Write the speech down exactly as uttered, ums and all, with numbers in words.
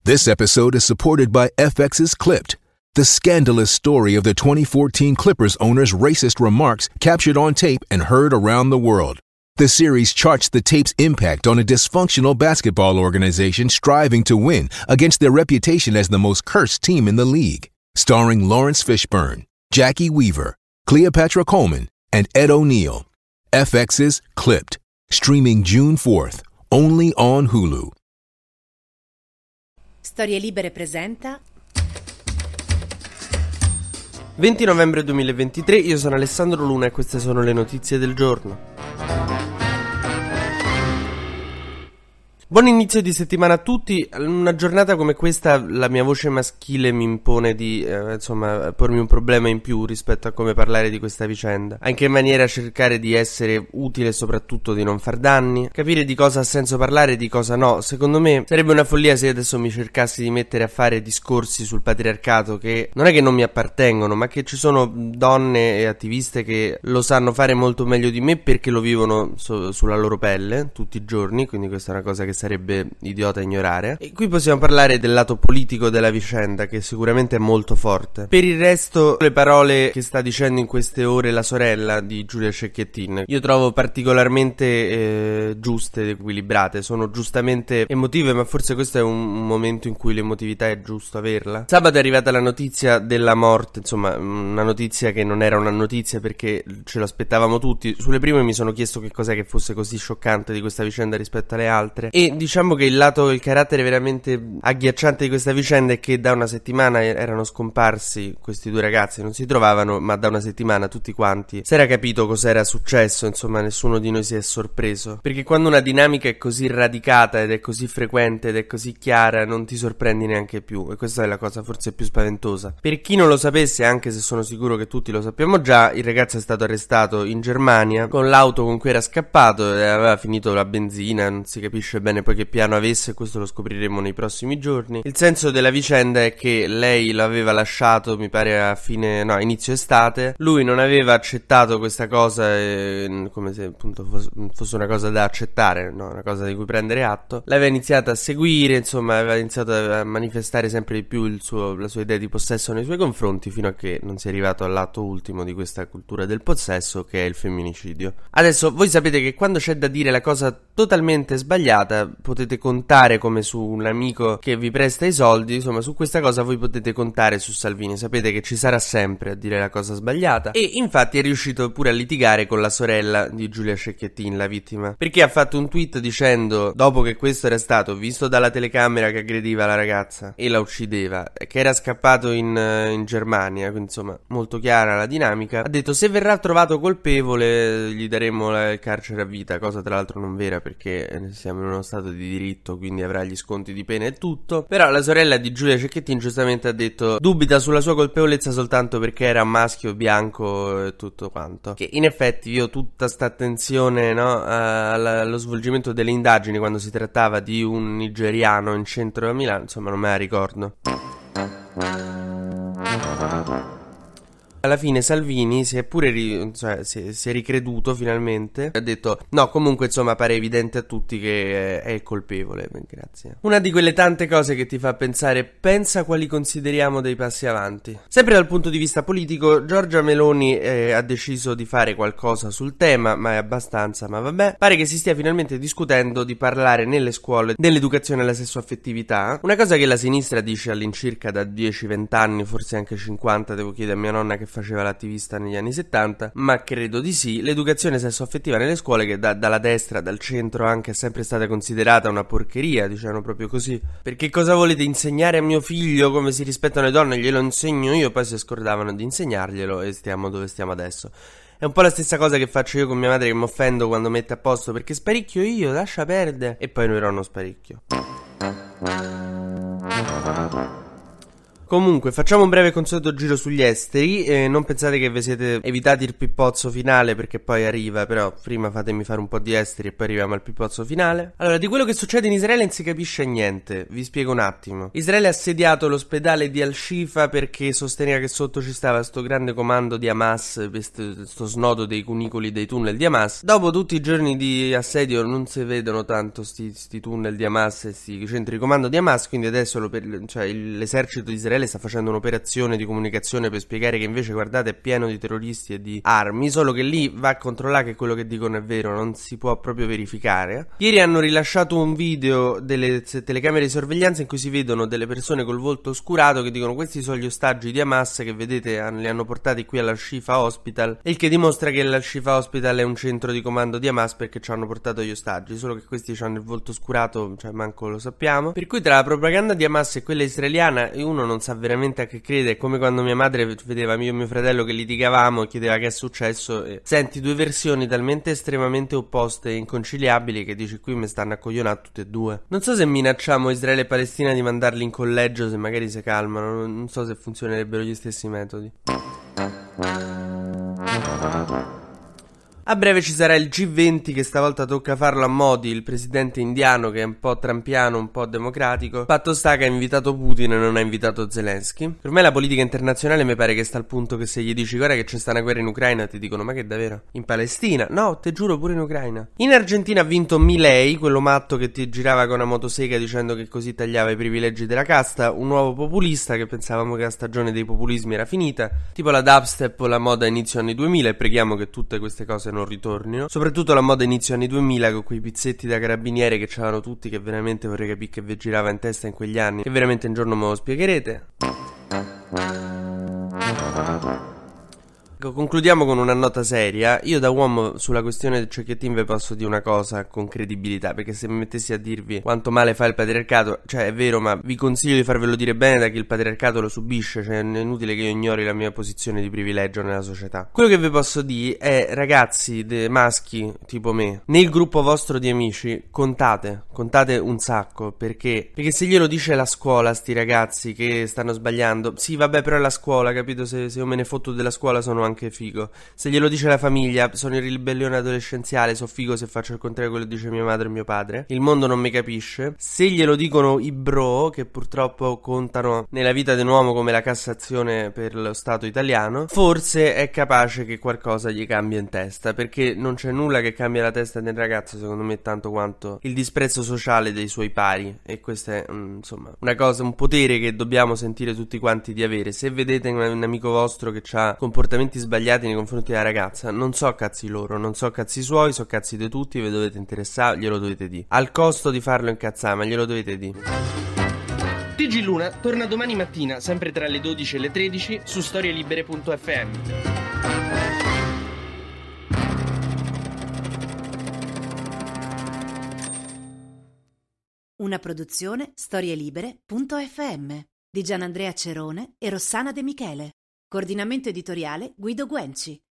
This episode is supported by F X's Clipped, the scandalous story of the twenty fourteen Clippers owner's racist remarks captured on tape and heard around the world. The series charts the tape's impact on a dysfunctional basketball organization striving to win against their reputation as the most cursed team in the league. Starring Lawrence Fishburne, Jackie Weaver, Cleopatra Coleman, and Ed O'Neill. F X's Clipped, streaming June fourth, only on Hulu. Storie Libere presenta venti novembre duemilaventitré, io sono Alessandro Luna e queste sono le notizie del giorno. Buon inizio di settimana a tutti. Una giornata come questa la mia voce maschile mi impone di eh, insomma pormi un problema in più rispetto a come parlare di questa vicenda, anche in maniera a cercare di essere utile e soprattutto di non far danni, capire di cosa ha senso parlare e di cosa no. Secondo me sarebbe una follia se adesso mi cercassi di mettere a fare discorsi sul patriarcato che non è che non mi appartengono, ma che ci sono donne e attiviste che lo sanno fare molto meglio di me perché lo vivono so- sulla loro pelle tutti i giorni, quindi questa è una cosa che sarebbe idiota ignorare. E qui possiamo parlare del lato politico della vicenda, che sicuramente è molto forte. Per il resto, le parole che sta dicendo in queste ore la sorella di Giulia Cecchettin io trovo particolarmente eh, giuste ed equilibrate. Sono giustamente emotive, ma forse questo è un momento in cui l'emotività è giusto averla. Sabato è arrivata la notizia della morte, insomma una notizia che non era una notizia perché ce lo aspettavamo tutti. Sulle prime mi sono chiesto che cos'è che fosse così scioccante di questa vicenda rispetto alle altre, e diciamo che il lato, il carattere veramente agghiacciante di questa vicenda è che da una settimana erano scomparsi questi due ragazzi, non si trovavano, ma da una settimana tutti quanti si era capito cos'era successo, insomma nessuno di noi si è sorpreso, perché quando una dinamica è così radicata ed è così frequente ed è così chiara non ti sorprendi neanche più, e questa è la cosa forse più spaventosa. Per chi non lo sapesse, anche se sono sicuro che tutti lo sappiamo già, il ragazzo è stato arrestato in Germania con l'auto con cui era scappato e aveva finito la benzina, non si capisce bene poi che piano avesse, questo lo scopriremo nei prossimi giorni. Il senso della vicenda è che lei l'aveva lasciato, mi pare a fine, no, inizio estate, lui non aveva accettato questa cosa, eh, come se appunto fosse, fosse una cosa da accettare, no, una cosa di cui prendere atto. L'aveva iniziata a seguire, insomma aveva iniziato a manifestare sempre di più il suo, la sua idea di possesso nei suoi confronti, fino a che non si è arrivato all'atto ultimo di questa cultura del possesso, che è il femminicidio. Adesso voi sapete che quando c'è da dire la cosa totalmente sbagliata potete contare come su un amico che vi presta i soldi, insomma su questa cosa voi potete contare su Salvini, sapete che ci sarà sempre a dire la cosa sbagliata, e infatti è riuscito pure a litigare con la sorella di Giulia Cecchettin, la vittima, perché ha fatto un tweet dicendo, dopo che questo era stato visto dalla telecamera che aggrediva la ragazza e la uccideva, che era scappato in, in Germania, quindi insomma molto chiara la dinamica, ha detto se verrà trovato colpevole gli daremo il carcere a vita, cosa tra l'altro non vera perché siamo in uno stato di diritto, quindi avrà gli sconti di pena e tutto. Però la sorella di Giulia Cecchettin giustamente ha detto dubita sulla sua colpevolezza soltanto perché era maschio, bianco e tutto quanto, che in effetti io tutta sta attenzione, no, allo svolgimento delle indagini quando si trattava di un nigeriano in centro a Milano, insomma non me la ricordo. Alla fine Salvini si è pure ri, cioè, si, si è ricreduto finalmente, ha detto no, comunque insomma pare evidente a tutti che è il colpevole, grazie. Una di quelle tante cose che ti fa pensare, pensa quali consideriamo dei passi avanti. Sempre dal punto di vista politico, Giorgia Meloni eh, ha deciso di fare qualcosa sul tema, ma è abbastanza, ma vabbè. Pare che si stia finalmente discutendo di parlare nelle scuole dell'educazione alla sessuaffettività, una cosa che la sinistra dice all'incirca da dieci venti anni, forse anche cinquanta, devo chiedere a mia nonna che faceva l'attivista negli anni settanta, ma credo di sì. L'educazione sessuaffettiva nelle scuole, che da, dalla destra, dal centro anche, è sempre stata considerata una porcheria, diciamo proprio così. Perché cosa volete insegnare a mio figlio come si rispettano le donne? Glielo insegno io, poi si scordavano di insegnarglielo e stiamo dove stiamo adesso. È un po' la stessa cosa che faccio io con mia madre, che mi offendo quando mette a posto perché sparicchio io, lascia perdere, e poi noi non sparicchio. Comunque, facciamo un breve consueto giro sugli esteri e non pensate che vi siete evitati il pippozzo finale, perché poi arriva, però prima fatemi fare un po' di esteri e poi arriviamo al pippozzo finale. Allora, di quello che succede in Israele non si capisce niente, vi spiego un attimo. Israele ha assediato l'ospedale di Al-Shifa perché sosteneva che sotto ci stava sto grande comando di Hamas, sto snodo dei cunicoli dei tunnel di Hamas. Dopo tutti i giorni di assedio non si vedono tanto sti, sti tunnel di Hamas e sti centri di comando di Hamas, quindi adesso lo, cioè, l'esercito di Israele sta facendo un'operazione di comunicazione per spiegare che invece, guardate, è pieno di terroristi e di armi, solo che lì va a controllare che quello che dicono è vero, non si può proprio verificare. Ieri hanno rilasciato un video delle telecamere di sorveglianza in cui si vedono delle persone col volto oscurato che dicono: questi sono gli ostaggi di Hamas che vedete li hanno portati qui all'Al-Shifa Hospital, il che dimostra che l'Al-Shifa Hospital è un centro di comando di Hamas perché ci hanno portato gli ostaggi, solo che questi hanno il volto oscurato, cioè manco lo sappiamo. Per cui tra la propaganda di Hamas e quella israeliana uno non sa veramente a che crede. È come quando mia madre vedeva io e mio fratello che litigavamo e chiedeva che è successo e senti due versioni talmente estremamente opposte e inconciliabili che dici: qui mi stanno a coglionare tutte e due. Non so se minacciamo Israele e Palestina di mandarli in collegio, se magari si calmano, non so se funzionerebbero gli stessi metodi. A breve ci sarà il G venti, che stavolta tocca farlo a Modi, il presidente indiano che è un po' trampiano, un po' democratico. Fatto sta che ha invitato Putin e non ha invitato Zelensky. Per me la politica internazionale mi pare che sta al punto che se gli dici guarda che c'è sta una guerra in Ucraina ti dicono: ma che davvero? In Palestina? No, te giuro, pure in Ucraina. In Argentina ha vinto Milei, quello matto che ti girava con una motosega dicendo che così tagliava i privilegi della casta, un nuovo populista che pensavamo che la stagione dei populismi era finita, tipo la dubstep o la moda inizio anni duemila, e preghiamo che tutte queste cose non ritornino, soprattutto la moda inizio anni duemila con quei pizzetti da carabiniere che c'erano tutti, che veramente vorrei capire che vi girava in testa in quegli anni, che veramente un giorno me lo spiegherete. Concludiamo con una nota seria. Io da uomo sulla questione del cecchettin vi posso dire una cosa con credibilità, perché se mi mettessi a dirvi quanto male fa il patriarcato, cioè è vero, ma vi consiglio di farvelo dire bene da chi il patriarcato lo subisce, cioè è inutile che io ignori la mia posizione di privilegio nella società. Quello che vi posso dire è: ragazzi de maschi tipo me, nel gruppo vostro di amici contate, contate un sacco, perché perché se glielo dice la scuola sti ragazzi che stanno sbagliando, sì vabbè, però è la scuola, capito? Se, se io me ne fotto della scuola sono anche figo. Se glielo dice la famiglia, sono in ribellione adolescenziale, so figo se faccio il contrario di quello che dice mia madre e mio padre, il mondo non mi capisce. Se glielo dicono i bro, che purtroppo contano nella vita di un uomo come la Cassazione per lo Stato italiano, forse è capace che qualcosa gli cambia in testa, perché non c'è nulla che cambia la testa del ragazzo secondo me tanto quanto il disprezzo sociale dei suoi pari, e questo è um, insomma una cosa, un potere che dobbiamo sentire tutti quanti di avere. Se vedete un, un amico vostro che ha comportamenti sbagliati nei confronti della ragazza, non so cazzi loro, non so cazzi suoi, so cazzi di tutti, vi dovete interessare, glielo dovete dire, al costo di farlo incazzare, ma glielo dovete dire. T G Luna torna domani mattina, sempre tra le dodici e le tredici, su storielibere punto effe emme. Una produzione storielibere punto effe emme di Gianandrea Cerone e Rossana De Michele. Coordinamento editoriale Guido Guenci.